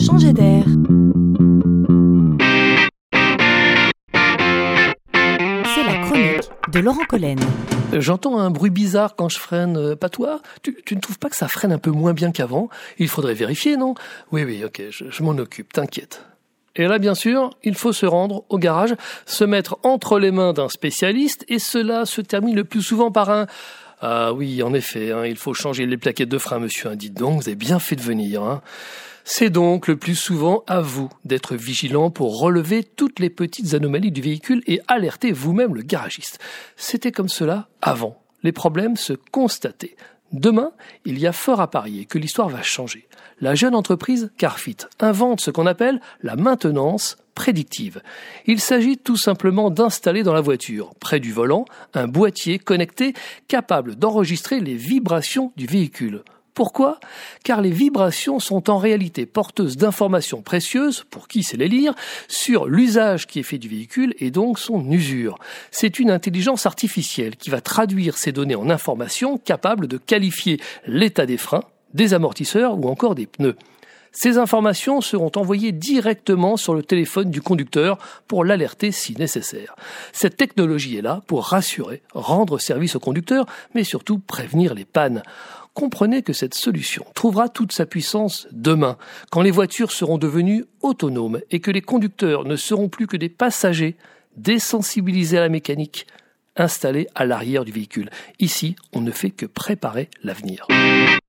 changer d'air. C'est la chronique de Laurent Collen. J'entends un bruit bizarre quand je freine, pas toi ? Tu ne trouves pas que ça freine un peu moins bien qu'avant ? Il faudrait vérifier, non ? Oui, ok, je m'en occupe, t'inquiète. Et là, bien sûr, il faut se rendre au garage, se mettre entre les mains d'un spécialiste, et cela se termine le plus souvent par un « Ah oui, en effet, il faut changer les plaquettes de frein, monsieur, dites donc, vous avez bien fait de venir. » C'est donc le plus souvent à vous d'être vigilant pour relever toutes les petites anomalies du véhicule et alerter vous-même le garagiste. C'était comme cela avant. Les problèmes se constataient. Demain, il y a fort à parier que l'histoire va changer. La jeune entreprise Carfit invente ce qu'on appelle la maintenance prédictive. Il s'agit tout simplement d'installer dans la voiture, près du volant, un boîtier connecté capable d'enregistrer les vibrations du véhicule. Pourquoi ? Car les vibrations sont en réalité porteuses d'informations précieuses, pour qui sait les lire, sur l'usage qui est fait du véhicule et donc son usure. C'est une intelligence artificielle qui va traduire ces données en informations capables de qualifier l'état des freins, des amortisseurs ou encore des pneus. Ces informations seront envoyées directement sur le téléphone du conducteur pour l'alerter si nécessaire. Cette technologie est là pour rassurer, rendre service au conducteur, mais surtout prévenir les pannes. Comprenez que cette solution trouvera toute sa puissance demain, quand les voitures seront devenues autonomes et que les conducteurs ne seront plus que des passagers désensibilisés à la mécanique, installés à l'arrière du véhicule. Ici, on ne fait que préparer l'avenir.